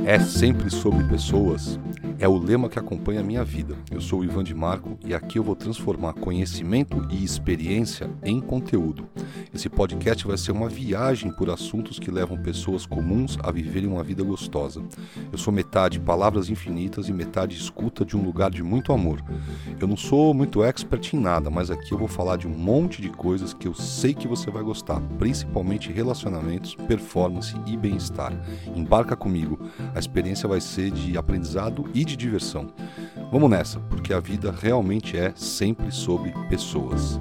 É sempre sobre pessoas, é o lema que acompanha a minha vida. Eu sou o Ivan de Marco e aqui eu vou transformar conhecimento e experiência em conteúdo. Esse podcast vai ser uma viagem por assuntos que levam pessoas comuns a viverem uma vida gostosa. Eu sou metade palavras infinitas e metade escuta de um lugar de muito amor. Eu não sou muito expert em nada, mas aqui eu vou falar de um monte de coisas que eu sei que você vai gostar, principalmente relacionamentos, performance e bem-estar. Embarca comigo. A experiência vai ser de aprendizado e de diversão. Vamos nessa, porque a vida realmente é sempre sobre pessoas.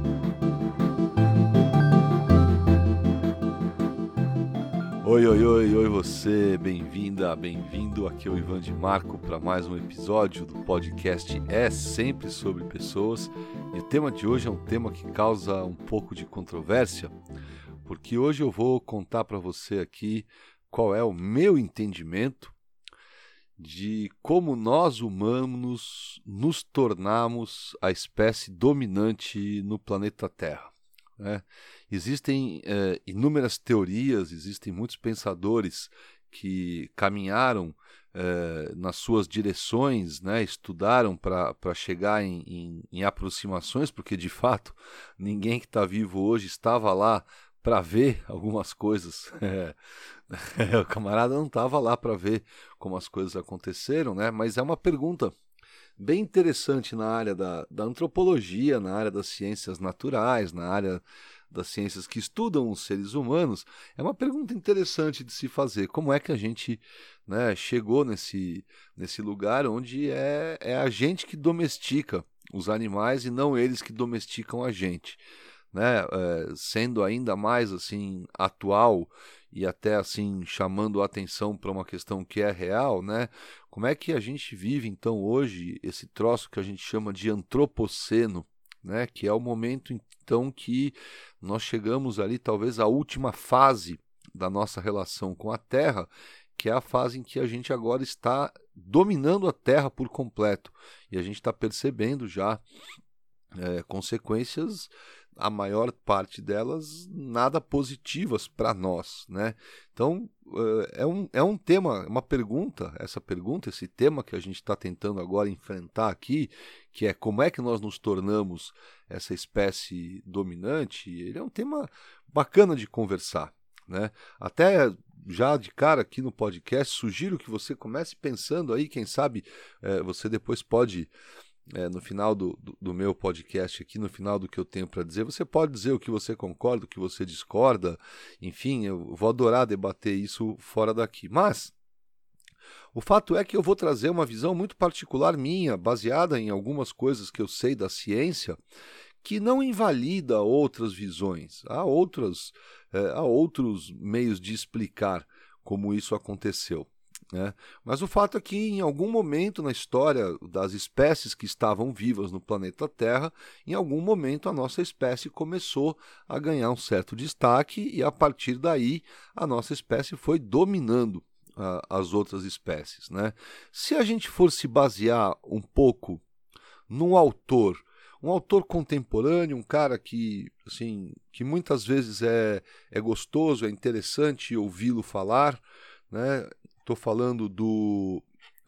Oi você, bem-vinda, bem-vindo, aqui é o Ivan de Marco para mais um episódio do podcast É Sempre Sobre Pessoas. E o tema de hoje é um tema que causa um pouco de controvérsia, porque hoje eu vou contar para você aqui qual é o meu entendimento de como nós humanos nos tornamos a espécie dominante no planeta Terra, né? Existem inúmeras teorias, existem muitos pensadores que caminharam nas suas direções, né? Estudaram para chegar em aproximações, porque de fato ninguém que está vivo hoje estava lá para ver algumas coisas. O camarada não estava lá para ver como as coisas aconteceram, né? Mas é uma pergunta bem interessante na área da antropologia, na área das ciências naturais, na área das ciências que estudam os seres humanos. É uma pergunta interessante de se fazer. Como é que a gente, né, chegou nesse lugar onde é a gente que domestica os animais e não eles que domesticam a gente, né? Sendo ainda mais assim atual e até assim chamando a atenção para uma questão que é real, né? Como é que a gente vive então hoje esse troço que a gente chama de antropoceno, né? Que é o momento então que nós chegamos ali talvez à última fase da nossa relação com a Terra, que é a fase em que a gente agora está dominando a Terra por completo e a gente está percebendo já consequências, a maior parte delas nada positivas para nós, né? Então é um tema, uma pergunta, esse tema que a gente está tentando agora enfrentar aqui, que é como é que nós nos tornamos essa espécie dominante. Ele é um tema bacana de conversar, né? Até já de cara aqui no podcast sugiro que você comece pensando aí, quem sabe você depois pode no final do meu podcast aqui, no final do que eu tenho para dizer, você pode dizer o que você concorda, o que você discorda, enfim, eu vou adorar debater isso fora daqui. Mas o fato é que eu vou trazer uma visão muito particular minha, baseada em algumas coisas que eu sei da ciência, que não invalida outras visões. Há outros meios de explicar como isso aconteceu, né? Mas o fato é que em algum momento na história das espécies que estavam vivas no planeta Terra, em algum momento a nossa espécie começou a ganhar um certo destaque e a partir daí a nossa espécie foi dominando as outras espécies, né? Se a gente for se basear um pouco num autor, um autor contemporâneo, um cara que, assim, que muitas vezes é gostoso, é interessante ouvi-lo falar, né? Estou falando do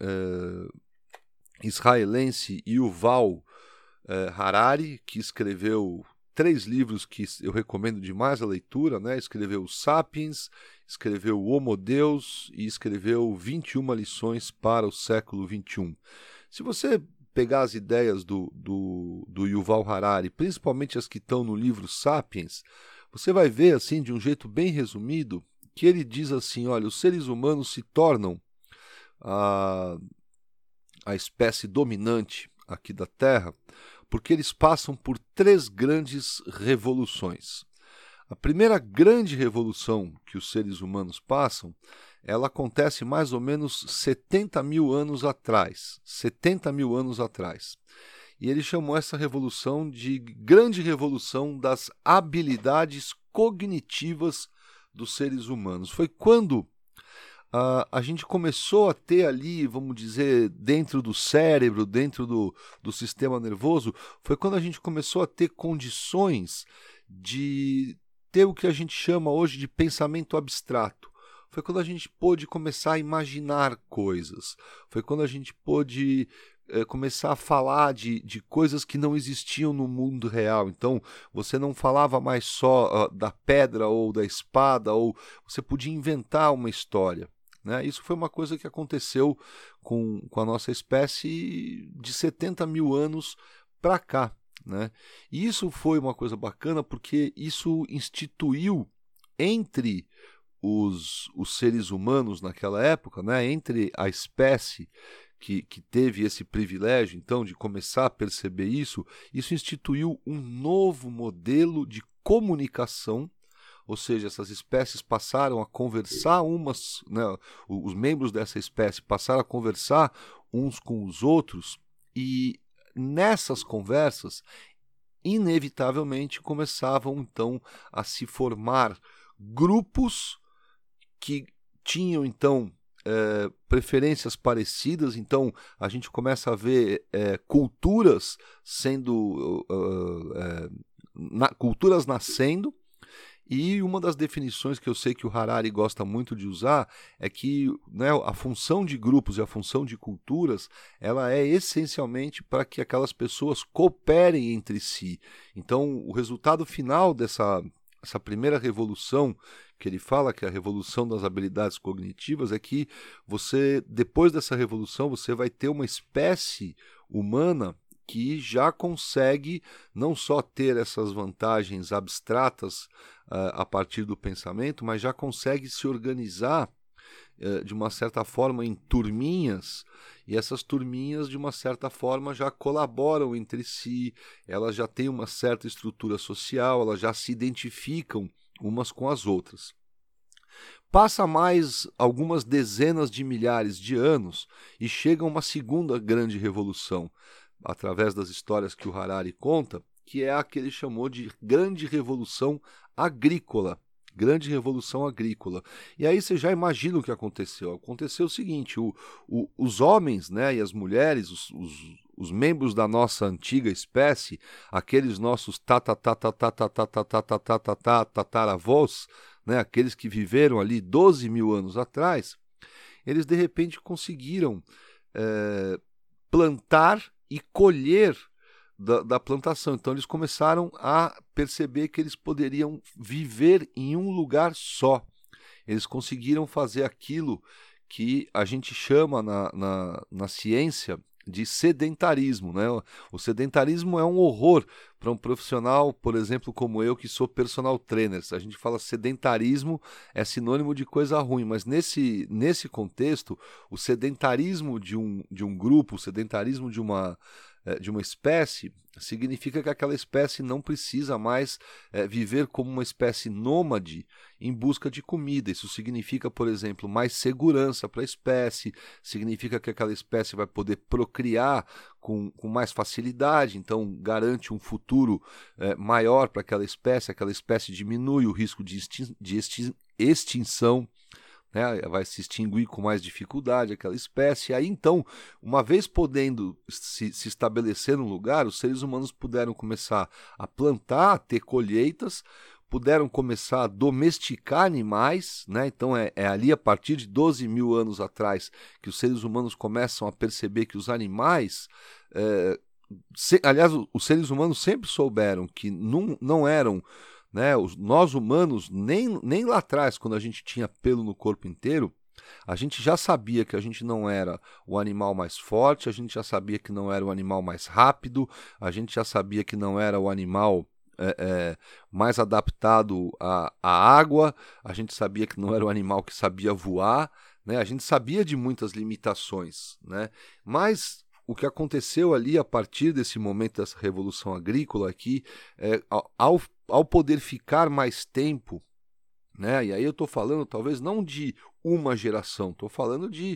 israelense Yuval Harari, que escreveu 3 livros que eu recomendo demais a leitura, né? Escreveu Sapiens, escreveu o Homo Deus e escreveu 21 lições para o século XXI. Se você pegar as ideias do Yuval Harari, principalmente as que estão no livro Sapiens, você vai ver assim de um jeito bem resumido que ele diz assim, olha, os seres humanos se tornam a espécie dominante aqui da Terra porque eles passam por 3 grandes revoluções. A primeira grande revolução que os seres humanos passam, ela acontece mais ou menos 70 mil anos atrás. 70 mil anos atrás. E ele chamou essa revolução de grande revolução das habilidades cognitivas dos seres humanos. Foi quando a gente começou a ter ali, vamos dizer, dentro do cérebro, dentro do sistema nervoso, foi quando a gente começou a ter condições de ter o que a gente chama hoje de pensamento abstrato. foi quando a gente pôde começar a imaginar coisas, foi quando a gente pôde começar a falar de coisas que não existiam no mundo real. Então, você não falava mais só da pedra ou da espada, ou você podia inventar uma história, né? Isso foi uma coisa que aconteceu com a nossa espécie de 70 mil anos para cá, né? E isso foi uma coisa bacana porque isso instituiu entre os seres humanos naquela época, né? Entre a espécie que teve esse privilégio, então, de começar a perceber isso instituiu um novo modelo de comunicação, ou seja, essas espécies passaram a conversar umas, né, os membros dessa espécie passaram a conversar uns com os outros, e nessas conversas, inevitavelmente, começavam, então, a se formar grupos que tinham, então, preferências parecidas. Então a gente começa a ver culturas sendo culturas nascendo, e uma das definições que eu sei que o Harari gosta muito de usar é que, né, a função de grupos e a função de culturas, ela é essencialmente para que aquelas pessoas cooperem entre si. Então o resultado final dessa primeira revolução que ele fala, que é a revolução das habilidades cognitivas, é que você, depois dessa revolução, você vai ter uma espécie humana que já consegue não só ter essas vantagens abstratas a partir do pensamento, mas já consegue se organizar de uma certa forma em turminhas, e essas turminhas de uma certa forma já colaboram entre si, elas já têm uma certa estrutura social, elas já se identificam umas com as outras. Passa mais algumas dezenas de milhares de anos e chega uma segunda grande revolução, através das histórias que o Harari conta, que é a que ele chamou de Grande Revolução Agrícola. Grande Revolução Agrícola. E aí você já imagina o que aconteceu. Aconteceu o seguinte, os homens, né, e as mulheres, os membros da nossa antiga espécie, aqueles nossos tataravós, né, aqueles que viveram ali 12 mil anos atrás, eles de repente conseguiram plantar e colher da plantação. Então eles começaram a perceber que eles poderiam viver em um lugar só. Eles conseguiram fazer aquilo que a gente chama na ciência de sedentarismo, né? O sedentarismo é um horror para um profissional, por exemplo, como eu, que sou personal trainer. Se a gente fala sedentarismo, é sinônimo de coisa ruim, mas nesse contexto, o sedentarismo de um grupo, o sedentarismo de uma espécie, significa que aquela espécie não precisa mais viver como uma espécie nômade em busca de comida. Isso significa, por exemplo, mais segurança para a espécie, significa que aquela espécie vai poder procriar com mais facilidade, então garante um futuro maior para aquela espécie diminui o risco de extinção, né, vai se extinguir com mais dificuldade aquela espécie. Aí então, uma vez podendo se estabelecer no lugar, os seres humanos puderam começar a plantar, a ter colheitas, puderam começar a domesticar animais, né? Então é ali a partir de 12 mil anos atrás que os seres humanos começam a perceber que os animais... aliás, os seres humanos sempre souberam que não eram... né, nós humanos, nem lá atrás, quando a gente tinha pelo no corpo inteiro, a gente já sabia que a gente não era o animal mais forte, a gente já sabia que não era o animal mais rápido, a gente já sabia que não era o animal mais adaptado à água, a gente sabia que não era o animal que sabia voar, né, a gente sabia de muitas limitações, né, mas o que aconteceu ali a partir desse momento dessa revolução agrícola aqui, ao poder ficar mais tempo, né? E aí eu estou falando talvez não de uma geração, estou falando de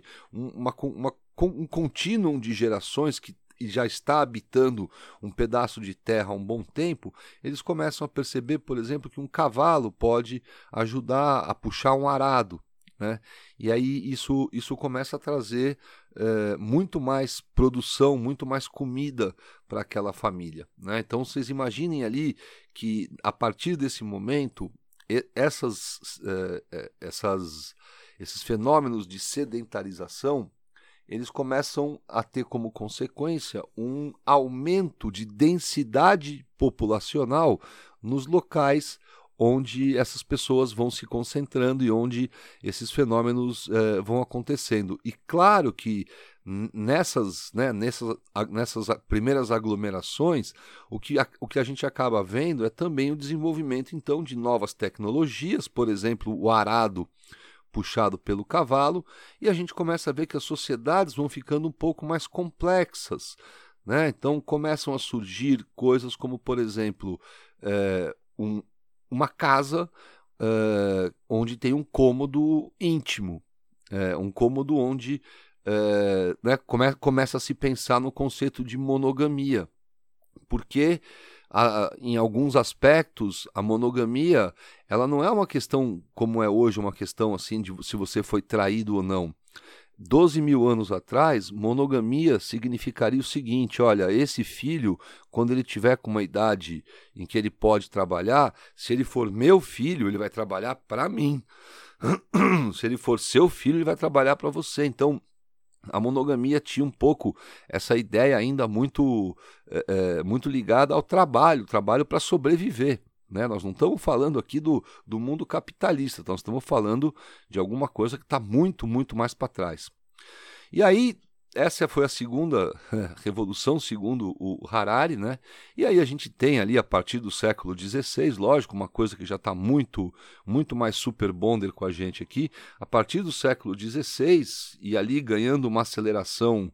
um contínuo de gerações que já está habitando um pedaço de terra há um bom tempo, eles começam a perceber, por exemplo, que um cavalo pode ajudar a puxar um arado, né? E aí isso começa a trazer muito mais produção, muito mais comida para aquela família, né? Então vocês imaginem ali que a partir desse momento esses fenômenos de sedentarização, eles começam a ter como consequência um aumento de densidade populacional nos locais onde essas pessoas vão se concentrando e onde esses fenômenos vão acontecendo. E claro que nessas primeiras aglomerações, o que a gente acaba vendo é também o desenvolvimento, então, de novas tecnologias, por exemplo, o arado puxado pelo cavalo, e a gente começa a ver que as sociedades vão ficando um pouco mais complexas, né? Então começam a surgir coisas como, por exemplo, uma casa onde tem um cômodo íntimo, um cômodo onde começa a se pensar no conceito de monogamia, porque em alguns aspectos a monogamia ela não é uma questão como é hoje, uma questão assim de se você foi traído ou não. 12 mil anos atrás, monogamia significaria o seguinte: olha, esse filho, quando ele tiver com uma idade em que ele pode trabalhar, se ele for meu filho, ele vai trabalhar para mim. Se ele for seu filho, ele vai trabalhar para você. Então, a monogamia tinha um pouco essa ideia ainda muito ligada ao trabalho para sobreviver, né? Nós não estamos falando aqui do mundo capitalista, nós estamos falando de alguma coisa que está muito, muito mais para trás. E aí, essa foi a segunda revolução, segundo o Harari, né? E aí a gente tem ali, a partir do século XVI, lógico, uma coisa que já está muito, muito mais super bonder com a gente aqui, a partir do século XVI, e ali ganhando uma aceleração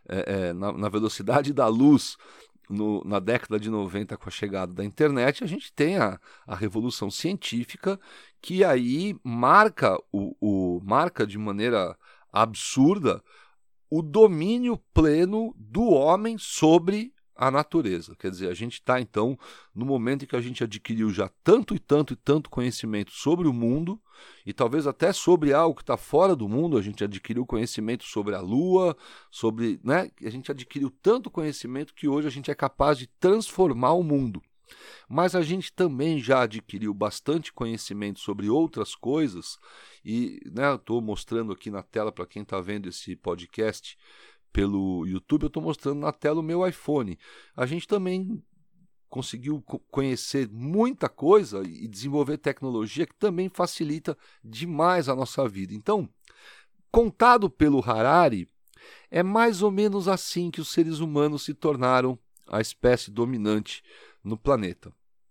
na velocidade da luz, na década de 90, com a chegada da internet, a gente tem a revolução científica, que aí marca de maneira absurda o domínio pleno do homem sobre a natureza. Quer dizer, a gente está, então, no momento em que a gente adquiriu já tanto e tanto e tanto conhecimento sobre o mundo, e talvez até sobre algo que está fora do mundo. A gente adquiriu conhecimento sobre a Lua, né? A gente adquiriu tanto conhecimento que hoje a gente é capaz de transformar o mundo. Mas a gente também já adquiriu bastante conhecimento sobre outras coisas, e né, eu estou mostrando aqui na tela para quem está vendo esse podcast pelo YouTube, eu estou mostrando na tela o meu iPhone. A gente também conseguiu conhecer muita coisa e desenvolver tecnologia que também facilita demais a nossa vida. Então, contado pelo Harari, é mais ou menos assim que os seres humanos se tornaram a espécie dominante no planeta.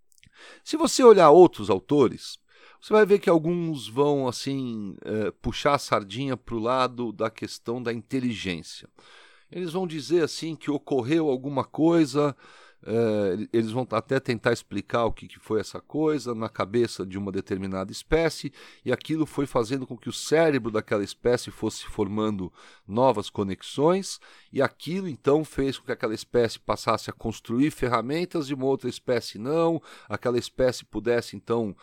Se você olhar outros autores, você vai ver que alguns vão assim puxar a sardinha para o lado da questão da inteligência. Eles vão dizer assim que ocorreu alguma coisa, eles vão até tentar explicar o que foi essa coisa na cabeça de uma determinada espécie, e aquilo foi fazendo com que o cérebro daquela espécie fosse formando novas conexões, e aquilo então fez com que aquela espécie passasse a construir ferramentas e uma outra espécie não, aquela espécie pudesse então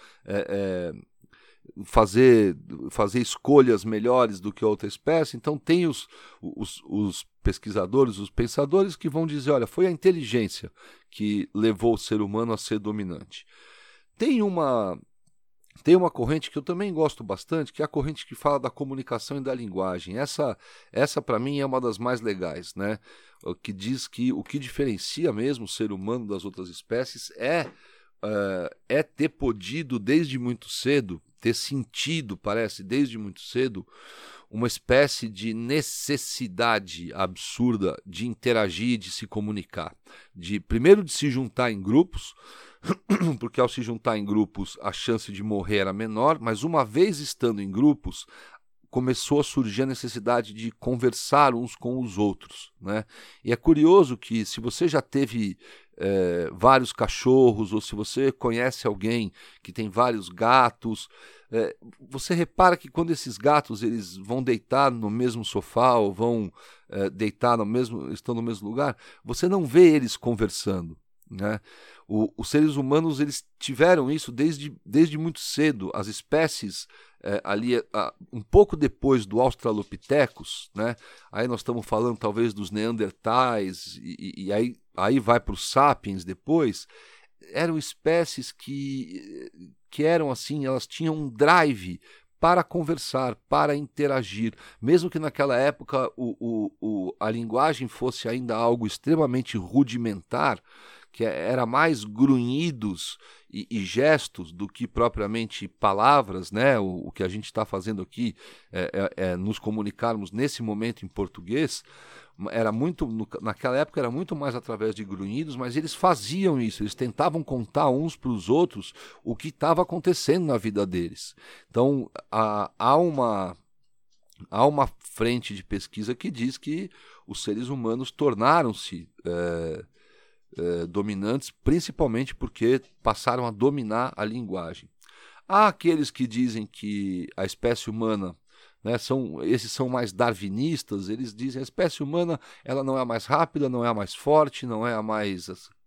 fazer escolhas melhores do que outra espécie. Então tem os pesquisadores, os pensadores que vão dizer, olha, foi a inteligência que levou o ser humano a ser dominante. Tem uma corrente que eu também gosto bastante, que é a corrente que fala da comunicação e da linguagem. Essa para mim é uma das mais legais, né? Que diz que o que diferencia mesmo o ser humano das outras espécies é ter podido desde muito cedo, ter sentido, parece, desde muito cedo, uma espécie de necessidade absurda de interagir, de se comunicar. Primeiro de se juntar em grupos, porque ao se juntar em grupos a chance de morrer era menor, mas uma vez estando em grupos, começou a surgir a necessidade de conversar uns com os outros, né? E é curioso que se você já teve vários cachorros, ou se você conhece alguém que tem vários gatos, você repara que quando esses gatos eles vão deitar no mesmo sofá ou vão estão no mesmo lugar, você não vê eles conversando, né? Os seres humanos eles tiveram isso desde muito cedo. As espécies ali um pouco depois do Australopithecus, né? Aí nós estamos falando talvez dos Neandertais e aí vai para os Sapiens depois. Eram espécies que eram assim, elas tinham um drive para conversar, para interagir, mesmo que naquela época a linguagem fosse ainda algo extremamente rudimentar, que era mais grunhidos e gestos do que propriamente palavras, né? O que a gente está fazendo aqui é nos comunicarmos nesse momento em português. Naquela época era muito mais através de grunhidos, mas eles faziam isso, eles tentavam contar uns para os outros o que estava acontecendo na vida deles. Então há uma frente de pesquisa que diz que os seres humanos tornaram-se dominantes, principalmente porque passaram a dominar a linguagem. Há aqueles que dizem que a espécie humana, né, esses são mais darwinistas, eles dizem que a espécie humana ela não é a mais rápida, não é a mais forte, não é a mais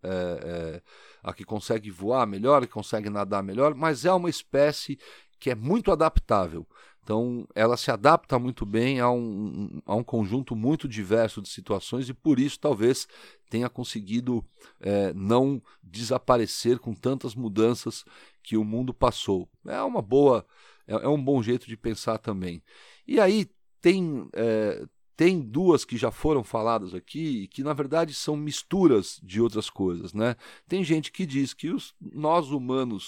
a que consegue voar melhor, a que consegue nadar melhor, mas é uma espécie que é muito adaptável. Então, ela se adapta muito bem a um conjunto muito diverso de situações e, por isso, talvez tenha conseguido não desaparecer com tantas mudanças que o mundo passou. É um bom jeito de pensar também. E aí, tem duas que já foram faladas aqui e que, na verdade, são misturas de outras coisas, né? Tem gente que diz que nós humanos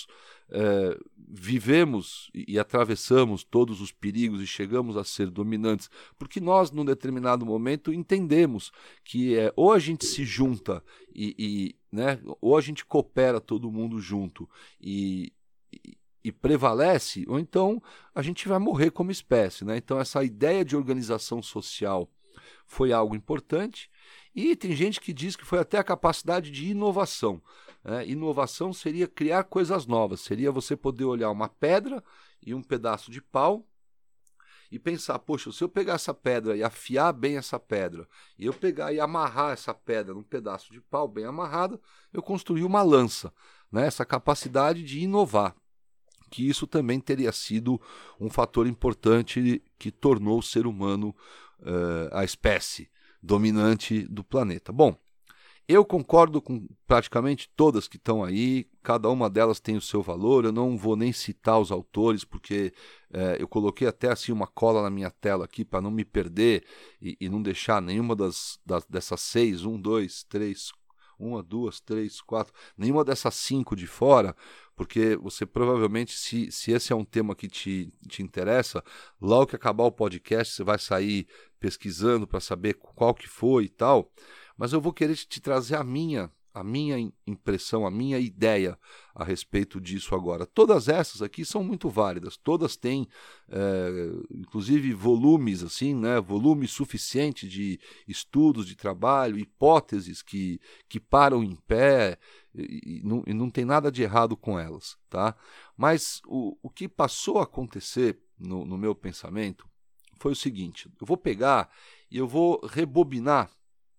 vivemos e atravessamos todos os perigos e chegamos a ser dominantes porque num determinado momento, entendemos que ou a gente se junta né, ou a gente coopera todo mundo junto e prevalece, ou então a gente vai morrer como espécie, né? Então essa ideia de organização social foi algo importante, e tem gente que diz que foi até a capacidade de inovação. Inovação seria criar coisas novas, seria você poder olhar uma pedra e um pedaço de pau e pensar, poxa, se eu pegar essa pedra e afiar bem essa pedra, e eu pegar e amarrar essa pedra num pedaço de pau bem amarrado, eu construí uma lança, né? Essa capacidade de inovar, que isso também teria sido um fator importante que tornou o ser humano a espécie dominante do planeta. Bom, eu concordo com praticamente todas que estão aí, cada uma delas tem o seu valor, eu não vou nem citar os autores, porque eu coloquei até assim uma cola na minha tela aqui para não me perder e não deixar nenhuma dessas 6, 1, 2, 3, 1, 2, 3, 4, nenhuma dessas 5 de fora, porque você provavelmente, se esse é um tema que te interessa, logo que acabar o podcast você vai sair pesquisando para saber qual que foi e tal, mas eu vou querer te trazer a minha impressão, a minha ideia a respeito disso agora. Todas essas aqui são muito válidas, todas têm inclusive volumes assim, né, volume suficiente de estudos de trabalho, hipóteses que param em pé e não tem nada de errado com elas, tá? Mas o que passou a acontecer no meu pensamento foi o seguinte: eu vou pegar e eu vou rebobinar.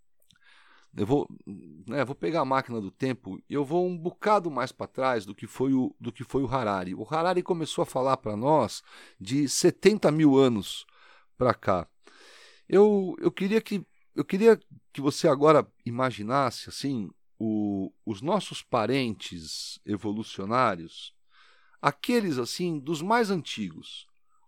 Eu vou pegar a máquina do tempo e eu vou um bocado mais para trás do que foi o Harari. O Harari começou a falar para nós de 70 mil anos para cá. Eu queria que você agora imaginasse assim os nossos parentes evolucionários, aqueles assim dos mais antigos,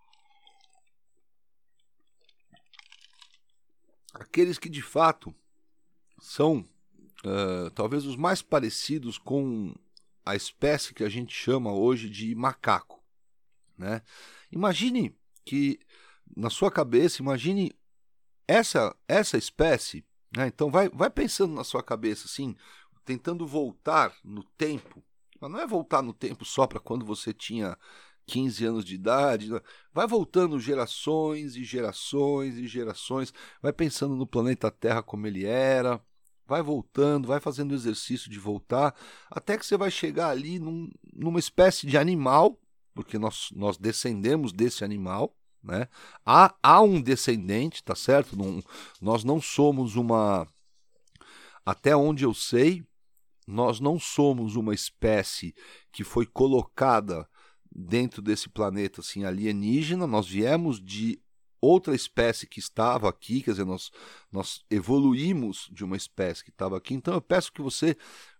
aqueles que de fato são talvez os mais parecidos com a espécie que a gente chama hoje de macaco, né? Imagine que, na sua cabeça, imagine essa espécie, né? Então vai pensando na sua cabeça, assim, tentando voltar no tempo, mas não é voltar no tempo só para quando você tinha 15 anos de idade, vai voltando gerações e gerações e gerações, vai pensando no planeta Terra como ele era, vai voltando, vai fazendo o exercício de voltar, até que você vai chegar ali numa espécie de animal, porque nós descendemos desse animal, né? Há um descendente, tá certo? Nós não somos até onde eu sei, nós não somos uma espécie que foi colocada dentro desse planeta assim, alienígena, nós viemos de outra espécie que estava aqui, quer dizer, nós evoluímos de uma espécie que estava aqui. Então eu peço que você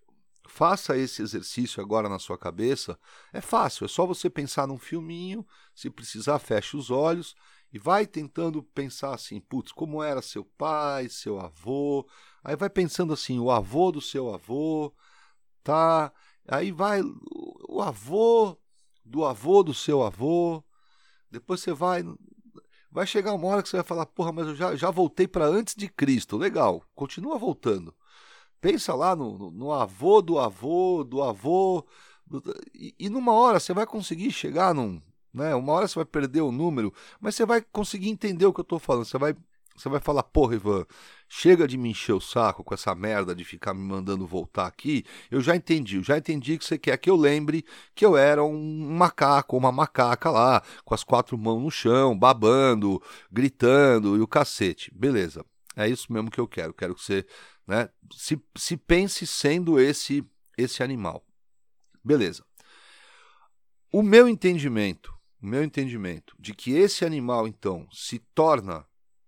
faça esse exercício agora na sua cabeça. É fácil, é só você pensar num filminho, se precisar, fecha os olhos e vai tentando pensar assim, putz, como era seu pai, seu avô. Aí vai pensando assim, o avô do seu avô, tá? Aí vai o avô do seu avô. Depois você vai chegar uma hora que você vai falar, porra, mas eu já voltei para antes de Cristo. Legal, continua voltando. Pensa lá no avô do avô, do avô. E numa hora você vai conseguir chegar num. Né? Uma hora você vai perder o número, mas você vai conseguir entender o que eu estou falando. Você vai falar, porra, Ivan, chega de me encher o saco com essa merda de ficar me mandando voltar aqui. Eu já entendi que você quer que eu lembre que eu era um macaco, uma macaca lá, com as 4 mãos no chão, babando, gritando e o cacete. Beleza, é isso mesmo que eu quero. Quero que você, né, se pense sendo esse animal. Beleza. O meu entendimento de que esse animal, então, se torna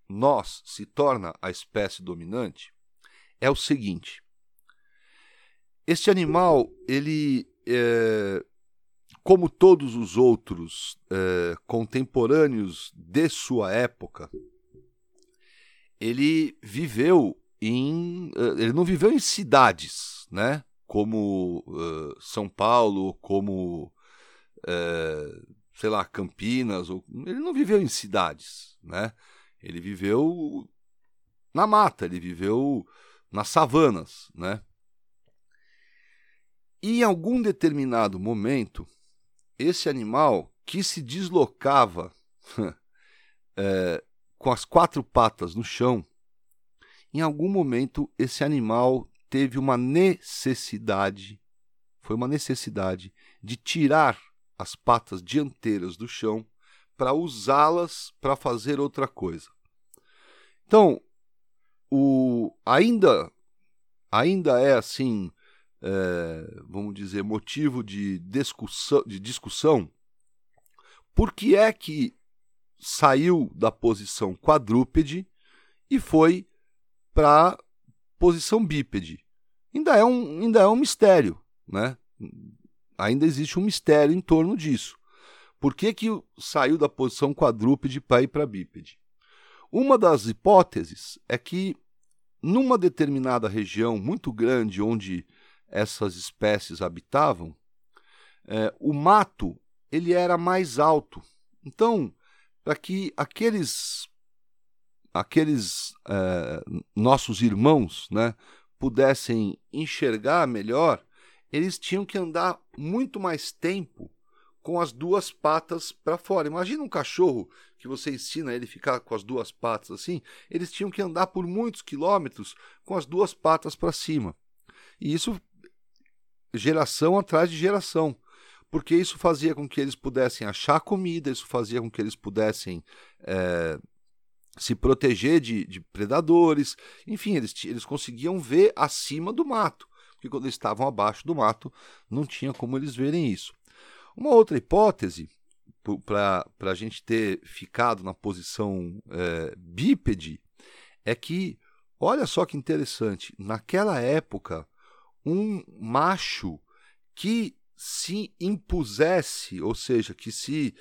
a espécie dominante, é o seguinte. Este animal, ele, como todos os outros contemporâneos de sua época, ele não viveu em cidades, né? Como São Paulo, como sei lá, Campinas. Ele não viveu em cidades, né? Ele viveu na mata, ele viveu nas savanas, né? E em algum determinado momento, esse animal que se deslocava com as 4 patas no chão, em algum momento esse animal teve uma necessidade, de tirar as patas dianteiras do chão para usá-las para fazer outra coisa. Então, ainda é assim, vamos dizer, motivo de discussão, por que é que saiu da posição quadrúpede e foi para a posição bípede. Ainda é um mistério, né? Ainda existe um mistério em torno disso. Por que saiu da posição quadrúpede para ir para bípede? Uma das hipóteses é que, numa determinada região muito grande onde essas espécies habitavam, o mato ele era mais alto. Então, para que aqueles nossos irmãos, né, pudessem enxergar melhor, eles tinham que andar muito mais tempo com as 2 patas para fora. Imagina um cachorro que você ensina ele a ficar com as 2 patas assim, eles tinham que andar por muitos quilômetros com as 2 patas para cima. E isso, geração atrás de geração, porque isso fazia com que eles pudessem achar comida, isso fazia com que eles pudessem se proteger de predadores. Enfim, eles conseguiam ver acima do mato, porque quando eles estavam abaixo do mato, não tinha como eles verem isso. Uma outra hipótese, para a gente ter ficado na posição bípede, é que, olha só que interessante, naquela época, um macho que se impusesse, ou seja, que se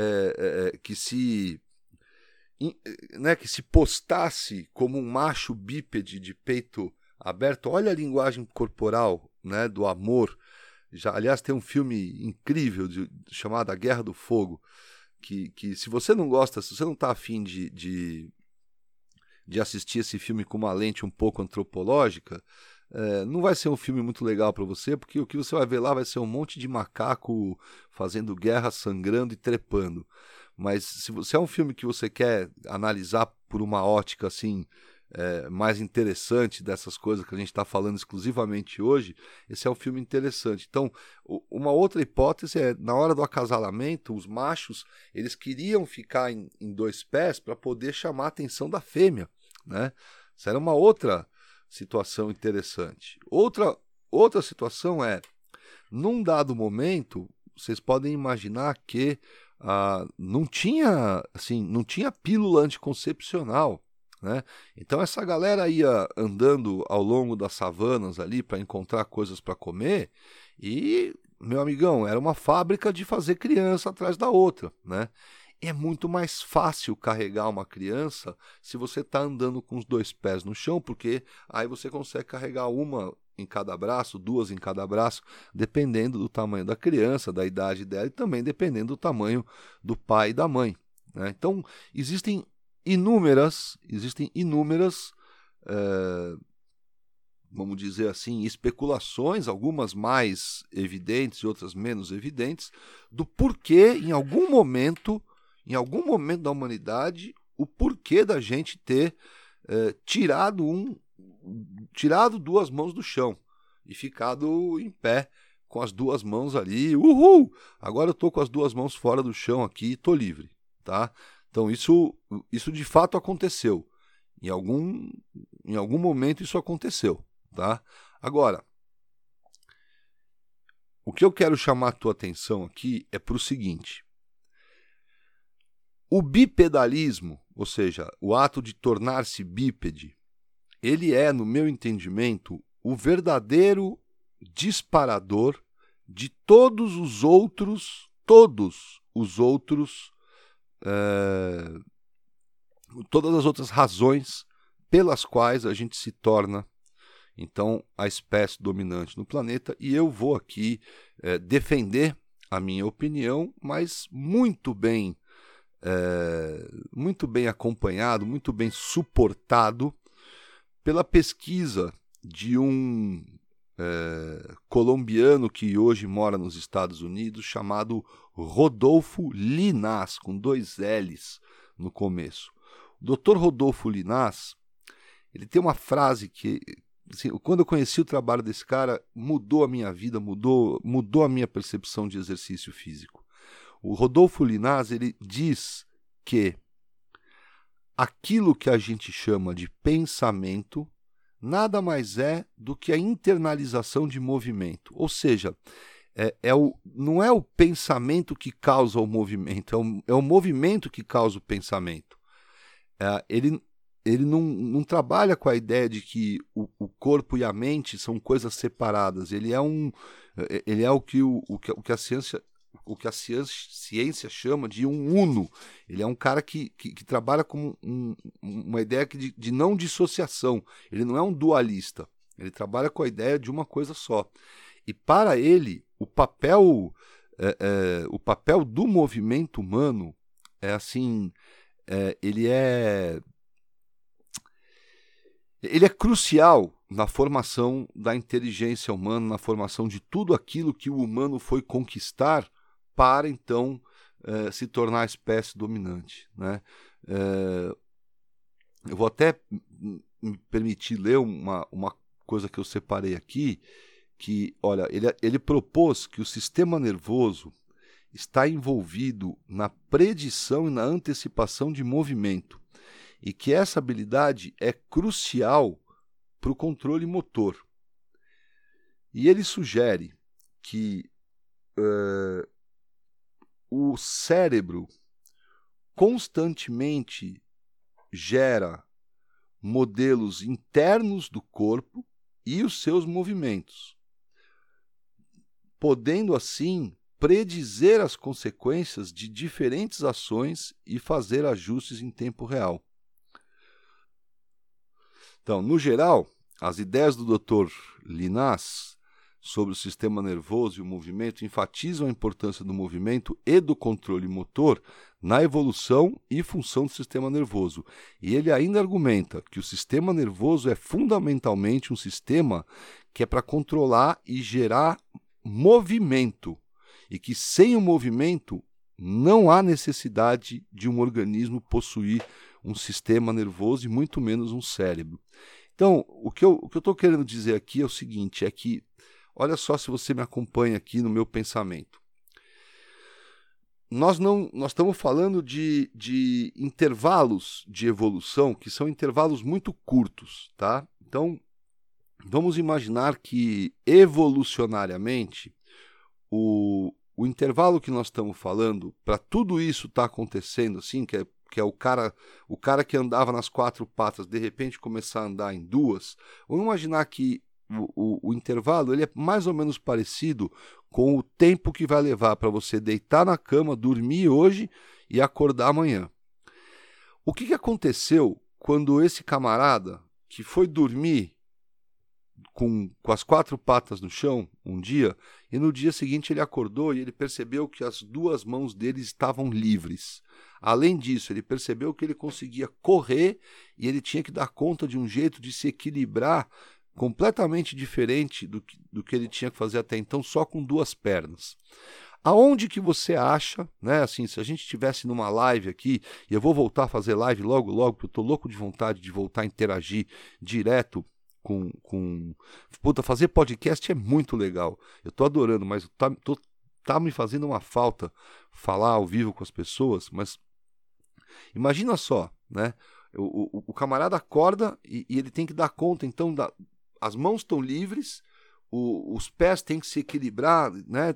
postasse como um macho bípede de peito aberto. Olha a linguagem corporal, né, do amor. Aliás, tem um filme incrível chamado A Guerra do Fogo, que se você não gosta, se você não está afim de assistir esse filme com uma lente um pouco antropológica, não vai ser um filme muito legal para você, porque o que você vai ver lá vai ser um monte de macaco fazendo guerra, sangrando e trepando. Mas se é um filme que você quer analisar por uma ótica assim, mais interessante dessas coisas que a gente está falando exclusivamente hoje, esse é um filme interessante. Então, uma outra hipótese é, na hora do acasalamento, os machos eles queriam ficar em 2 pés para poder chamar a atenção da fêmea, né? Isso era uma outra situação interessante. Outra situação é, num dado momento, vocês podem imaginar que não tinha pílula anticoncepcional. né? Então essa galera ia andando ao longo das savanas ali para encontrar coisas para comer e, meu amigão, era uma fábrica de fazer criança atrás da outra, né? É muito mais fácil carregar uma criança se você está andando com os 2 pés no chão, porque aí você consegue carregar uma em cada braço, 2 em cada braço, dependendo do tamanho da criança, da idade dela e também dependendo do tamanho do pai e da mãe, né? Então, existem inúmeras, vamos dizer assim, especulações, algumas mais evidentes e outras menos evidentes, do porquê, em algum momento da humanidade, o porquê da gente ter tirado 2 mãos do chão e ficado em pé com as 2 mãos ali. Uhul! Agora eu estou com as 2 mãos fora do chão aqui e estou livre, tá? Então isso de fato aconteceu. Em algum momento isso aconteceu, tá? Agora, o que eu quero chamar a tua atenção aqui é para o seguinte: o bipedalismo, ou seja, o ato de tornar-se bípede, ele é, no meu entendimento, o verdadeiro disparador de todas as outras razões pelas quais a gente se torna, então, a espécie dominante no planeta. E eu vou aqui defender a minha opinião, mas muito bem acompanhado, muito bem suportado pela pesquisa de um colombiano que hoje mora nos Estados Unidos, chamado Rodolfo Linás, com 2 L's no começo. O Dr. Rodolfo Linás, ele tem uma frase que, assim, quando eu conheci o trabalho desse cara, mudou a minha vida, mudou a minha percepção de exercício físico. O Rodolfo Linás, ele diz que aquilo que a gente chama de pensamento nada mais é do que a internalização de movimento. Ou seja, não é o pensamento que causa o movimento, é o movimento que causa o pensamento. Ele não trabalha com a ideia de que o corpo e a mente são coisas separadas. Ele é o que a ciência chama de um uno. Ele é um cara que trabalha com uma ideia de não dissociação. Ele não é um dualista. Ele trabalha com a ideia de uma coisa só. E para ele, o papel do movimento humano é assim, ele é crucial na formação da inteligência humana, na formação de tudo aquilo que o humano foi conquistar para, então, se tornar a espécie dominante, né? Eu vou até me permitir ler uma coisa que eu separei aqui, que, olha, ele propôs que o sistema nervoso está envolvido na predição e na antecipação de movimento, e que essa habilidade é crucial para o controle motor. E ele sugere que o cérebro constantemente gera modelos internos do corpo e os seus movimentos, podendo assim predizer as consequências de diferentes ações e fazer ajustes em tempo real. Então, no geral, as ideias do Dr. Linás sobre o sistema nervoso e o movimento enfatizam a importância do movimento e do controle motor na evolução e função do sistema nervoso. E ele ainda argumenta que o sistema nervoso é fundamentalmente um sistema que é para controlar e gerar movimento, e que sem o movimento não há necessidade de um organismo possuir um sistema nervoso e muito menos um cérebro. Então, o que eu estou querendo dizer aqui é o seguinte, é que, olha só se você me acompanha aqui no meu pensamento. Nós estamos falando de intervalos de evolução que são intervalos muito curtos, tá? Então, vamos imaginar que evolucionariamente o intervalo que nós estamos falando para tudo isso estar acontecendo, assim, que é que é o cara que andava nas 4 patas, de repente começar a andar em 2, vamos imaginar que o intervalo ele é mais ou menos parecido com o tempo que vai levar para você deitar na cama, dormir hoje e acordar amanhã. O que aconteceu quando esse camarada que foi dormir com as 4 patas no chão um dia, e no dia seguinte ele acordou e ele percebeu que as 2 mãos dele estavam livres. Além disso, ele percebeu que ele conseguia correr e ele tinha que dar conta de um jeito de se equilibrar completamente diferente do que ele tinha que fazer até então, só com 2 pernas. Aonde que você acha, né? Assim, se a gente estivesse numa live aqui, e eu vou voltar a fazer live logo, porque eu tô louco de vontade de voltar a interagir direto com... Puta, fazer podcast é muito legal. Eu tô adorando, mas tá me fazendo uma falta falar ao vivo com as pessoas, mas imagina só, né? O camarada acorda e ele tem que dar conta, então, as mãos estão livres, os pés têm que se equilibrar, né?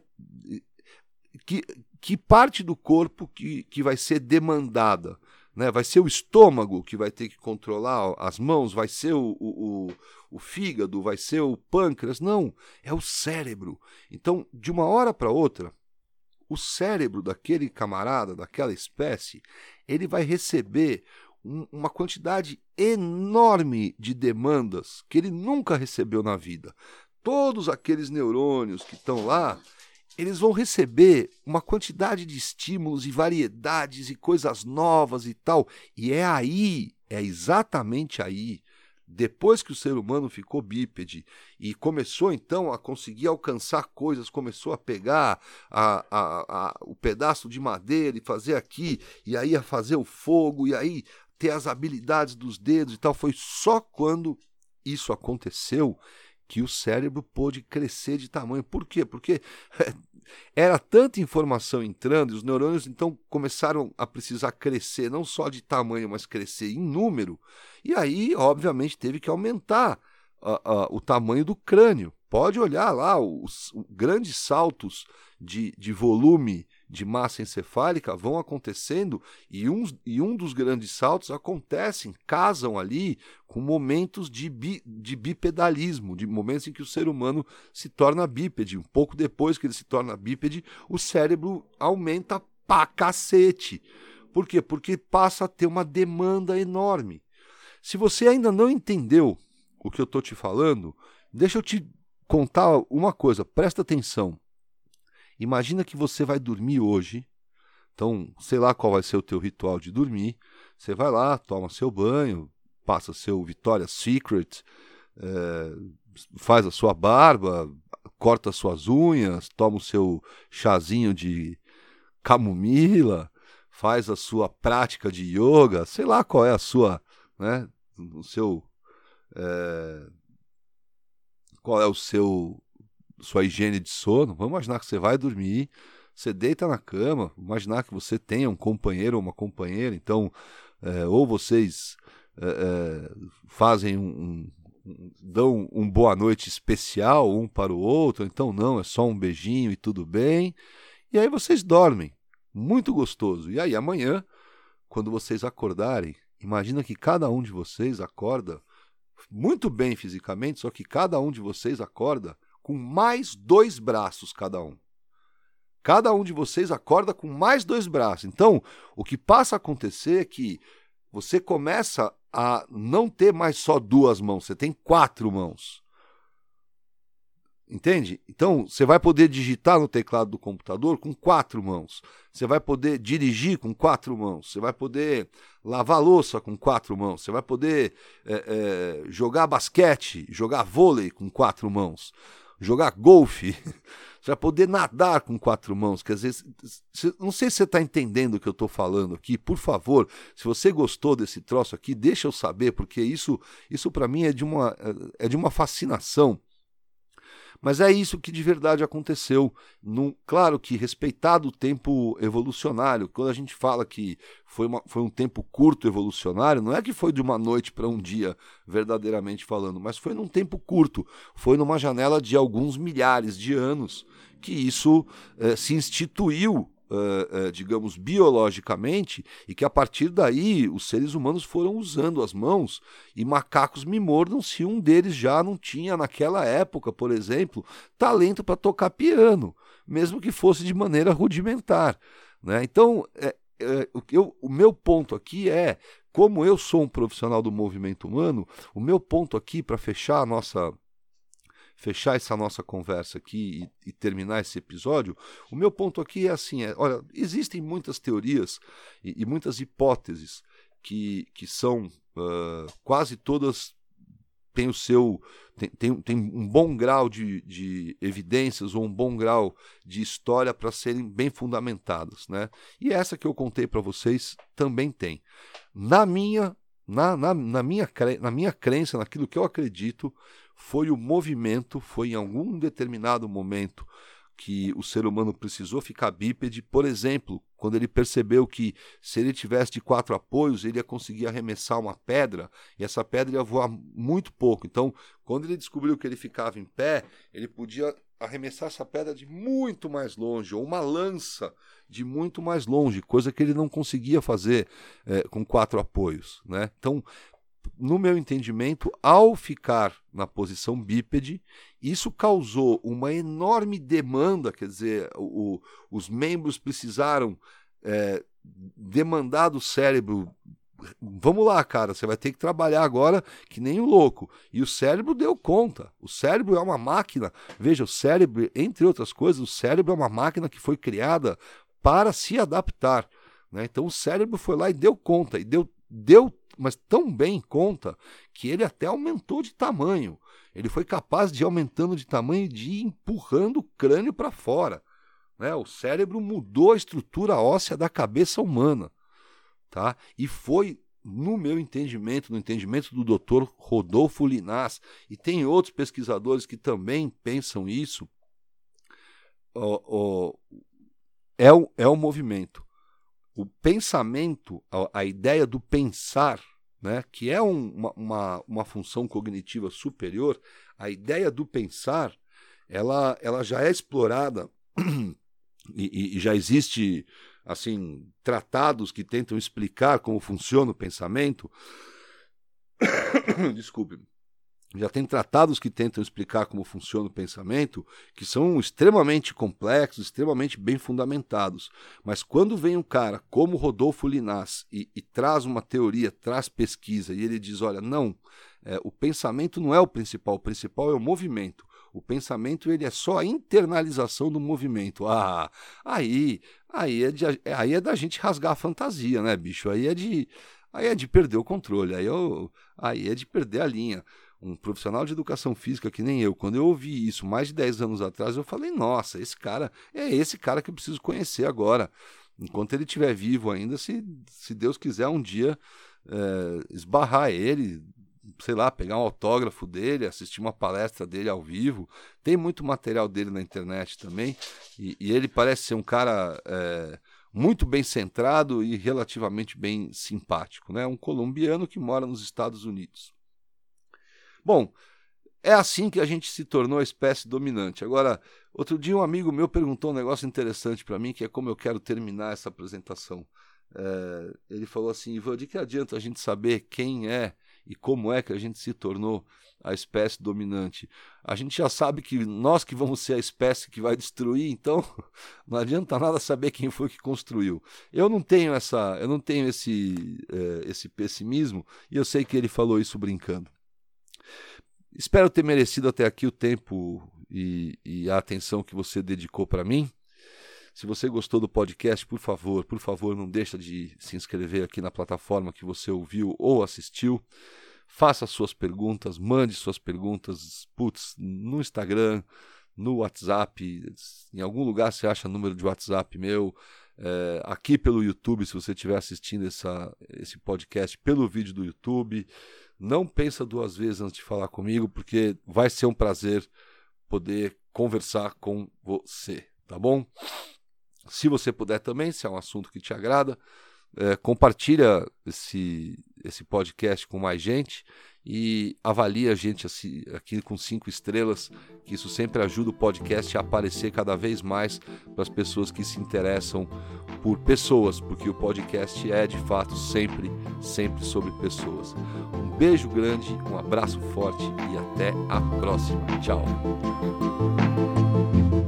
Que parte do corpo que vai ser demandada? Né? Vai ser o estômago que vai ter que controlar as mãos? Vai ser o fígado? Vai ser o pâncreas? Não, é o cérebro. Então, de uma hora para outra, o cérebro daquele camarada, daquela espécie, ele vai receber uma quantidade enorme de demandas que ele nunca recebeu na vida. Todos aqueles neurônios que estão lá, eles vão receber uma quantidade de estímulos e variedades e coisas novas e tal. E é exatamente aí, depois que o ser humano ficou bípede e começou então a conseguir alcançar coisas, começou a pegar o pedaço de madeira e fazer aqui, e aí a fazer o fogo, e aí ter as habilidades dos dedos e tal, foi só quando isso aconteceu que o cérebro pôde crescer de tamanho. Por quê? Porque era tanta informação entrando e os neurônios então começaram a precisar crescer, não só de tamanho, mas crescer em número. E aí, obviamente, teve que aumentar o tamanho do crânio. Pode olhar lá os grandes saltos de volume de massa encefálica vão acontecendo e um dos grandes saltos casam ali com momentos de bipedalismo, de momentos em que o ser humano se torna bípede. Um pouco depois que ele se torna bípede, o cérebro aumenta pra cacete. Por quê? Porque passa a ter uma demanda enorme. Se você ainda não entendeu o que eu estou te falando, deixa eu te contar uma coisa, presta atenção. Imagina que você vai dormir hoje, então, sei lá qual vai ser o teu ritual de dormir, você vai lá, toma seu banho, passa seu Victoria's Secret, faz a sua barba, corta suas unhas, toma o seu chazinho de camomila, faz a sua prática de yoga, sei lá qual é a sua, né, qual é sua higiene de sono. Vamos imaginar que você vai dormir, você deita na cama, imaginar que você tenha um companheiro ou uma companheira, então ou vocês fazem dão um boa noite especial um para o outro, então não, é só um beijinho e tudo bem, e aí vocês dormem, muito gostoso. E aí amanhã, quando vocês acordarem, imagina que cada um de vocês acorda muito bem fisicamente, só que cada um de vocês acorda com mais 2 braços cada um. Cada um de vocês acorda com mais 2 braços. Então, o que passa a acontecer é que você começa a não ter mais só 2 mãos, você tem 4 mãos. Entende? Então, você vai poder digitar no teclado do computador com 4 mãos. Você vai poder dirigir com 4 mãos. Você vai poder lavar louça com 4 mãos. Você vai poder jogar basquete, jogar vôlei com 4 mãos. Jogar golfe. Você vai poder nadar com 4 mãos. Quer dizer, não sei se você está entendendo o que eu estou falando aqui. Por favor, se você gostou desse troço aqui, deixa eu saber, porque isso para mim é de uma fascinação. Mas é isso que de verdade aconteceu. Claro que respeitado o tempo evolucionário, quando a gente fala que foi um tempo curto evolucionário, não é que foi de uma noite para um dia, verdadeiramente falando, mas foi num tempo curto, foi numa janela de alguns milhares de anos que isso se instituiu digamos, biologicamente, e que a partir daí os seres humanos foram usando as mãos, e macacos me mordam se um deles já não tinha, naquela época, por exemplo, talento para tocar piano, mesmo que fosse de maneira rudimentar, né? Então, o meu ponto aqui é, como eu sou um profissional do movimento humano, o meu ponto aqui para fechar essa nossa conversa aqui e terminar esse episódio, o meu ponto aqui é assim, olha, existem muitas teorias e muitas hipóteses que são quase todas têm o seu tem um bom grau de evidências ou um bom grau de história para serem bem fundamentadas, né? E essa que eu contei para vocês também tem. Na minha crença, naquilo que eu acredito, foi em algum determinado momento que o ser humano precisou ficar bípede, por exemplo, quando ele percebeu que se ele tivesse de 4 apoios, ele ia conseguir arremessar uma pedra e essa pedra ia voar muito pouco. Então, quando ele descobriu que ele ficava em pé, ele podia arremessar essa pedra de muito mais longe, ou uma lança de muito mais longe, coisa que ele não conseguia fazer com 4 apoios, né? Então, no meu entendimento, ao ficar na posição bípede, isso causou uma enorme demanda, quer dizer, os membros precisaram demandar do cérebro. Vamos lá, cara, você vai ter que trabalhar agora que nem um louco. E o cérebro deu conta. O cérebro é uma máquina. Veja, o cérebro, entre outras coisas, o cérebro é uma máquina que foi criada para se adaptar, né? Então o cérebro foi lá e deu conta, e deu mas tão bem conta que ele até aumentou de tamanho. Ele foi capaz de ir aumentando de tamanho e de ir empurrando o crânio para fora, né? O cérebro mudou a estrutura óssea da cabeça humana, tá? E foi, no meu entendimento, no entendimento do Dr. Rodolfo Linhares, e tem outros pesquisadores que também pensam isso, é o movimento. O pensamento, a ideia do pensar, né, que é uma função cognitiva superior, a ideia do pensar, ela já é explorada e já existe assim, tratados que tentam explicar como funciona o pensamento. Desculpe. Já tem tratados que tentam explicar como funciona o pensamento, que são extremamente complexos, extremamente bem fundamentados. Mas quando vem um cara como Rodolfo Linhares e traz uma teoria, traz pesquisa, e ele diz, olha, não, o pensamento não é o principal é o movimento. O pensamento ele é só a internalização do movimento. Aí é da gente rasgar a fantasia, né, bicho? Aí é de perder o controle, aí é de perder a linha. Um profissional de educação física que nem eu, quando eu ouvi isso mais de 10 anos atrás, eu falei, nossa, esse cara que eu preciso conhecer agora. Enquanto ele estiver vivo ainda, se Deus quiser um dia esbarrar ele, sei lá, pegar um autógrafo dele, assistir uma palestra dele ao vivo. Tem muito material dele na internet também, e ele parece ser um cara muito bem centrado e relativamente bem simpático, né? Um colombiano que mora nos Estados Unidos. Bom, é assim que a gente se tornou a espécie dominante. Agora, outro dia um amigo meu perguntou um negócio interessante para mim, que é como eu quero terminar essa apresentação. Ele falou assim, Ivan, de que adianta a gente saber quem é e como é que a gente se tornou a espécie dominante? A gente já sabe que nós que vamos ser a espécie que vai destruir, então não adianta nada saber quem foi que construiu. Eu não tenho esse pessimismo, e eu sei que ele falou isso brincando. Espero ter merecido até aqui o tempo e a atenção que você dedicou para mim. Se você gostou do podcast, por favor, não deixa de se inscrever aqui na plataforma que você ouviu ou assistiu. Faça suas perguntas, mande suas perguntas, no Instagram, no WhatsApp, em algum lugar você acha número de WhatsApp meu, aqui pelo YouTube, se você estiver assistindo esse podcast pelo vídeo do YouTube. Não pensa 2 vezes antes de falar comigo, porque vai ser um prazer poder conversar com você, tá bom? Se você puder também, se é um assunto que te agrada, compartilha esse podcast com mais gente e avalie a gente aqui com 5 estrelas, que isso sempre ajuda o podcast a aparecer cada vez mais para as pessoas que se interessam por pessoas, porque o podcast é de fato sempre sobre pessoas. Um beijo grande, um abraço forte e até a próxima. Tchau!